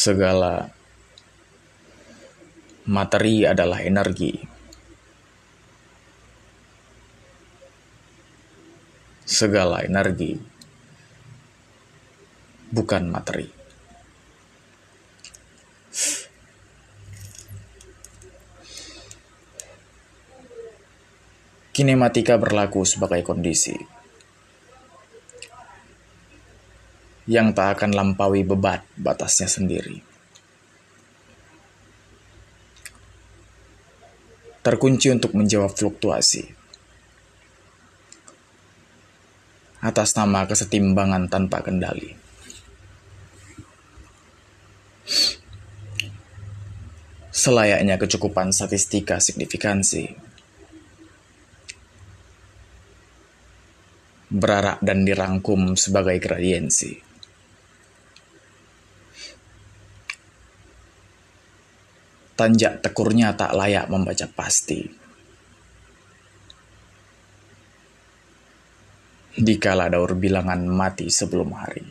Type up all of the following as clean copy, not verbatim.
Segala materi adalah energi. Segala energi bukan materi. Kinematika berlaku sebagai kondisi yang tak akan lampaui batasnya sendiri. Terkunci untuk menjawab fluktuasi atas nama kesetimbangan tanpa kendali. Selayaknya kecukupan statistika signifikansi berarak dan dirangkum sebagai gradiensi. Tanjak tekurnya tak layak membaca pasti. Dikala daur bilangan mati sebelum hari.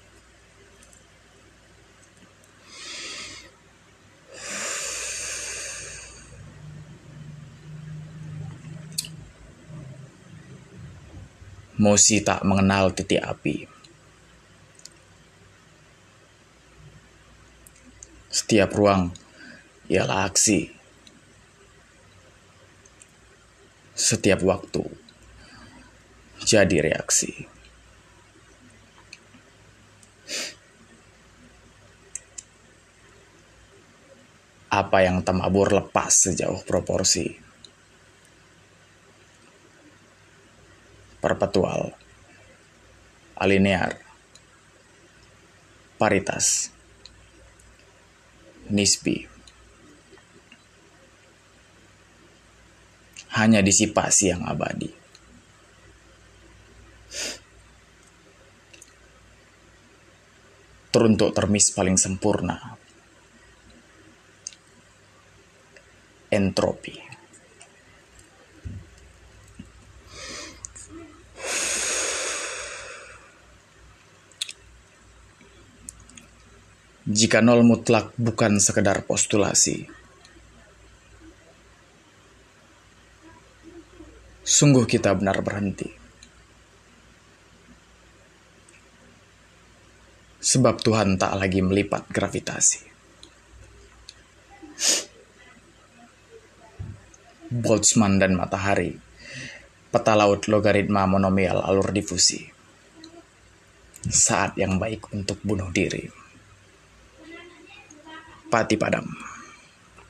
Mosi tak mengenal titik api. Setiap ruang ialah aksi. Setiap waktu jadi reaksi. Apa yang temabur lepas sejauh proporsi. Perpetual, alinear, paritas, nisbi. Hanya disipasi yang abadi. Teruntuk termis paling sempurna. Entropi. Jika nol mutlak bukan sekedar postulasi, sungguh kita benar berhenti. Sebab Tuhan tak lagi melipat gravitasi. Boltzmann dan matahari, peta laut logaritma monomial alur difusi. Saat yang baik untuk bunuh diri. Pati Padam.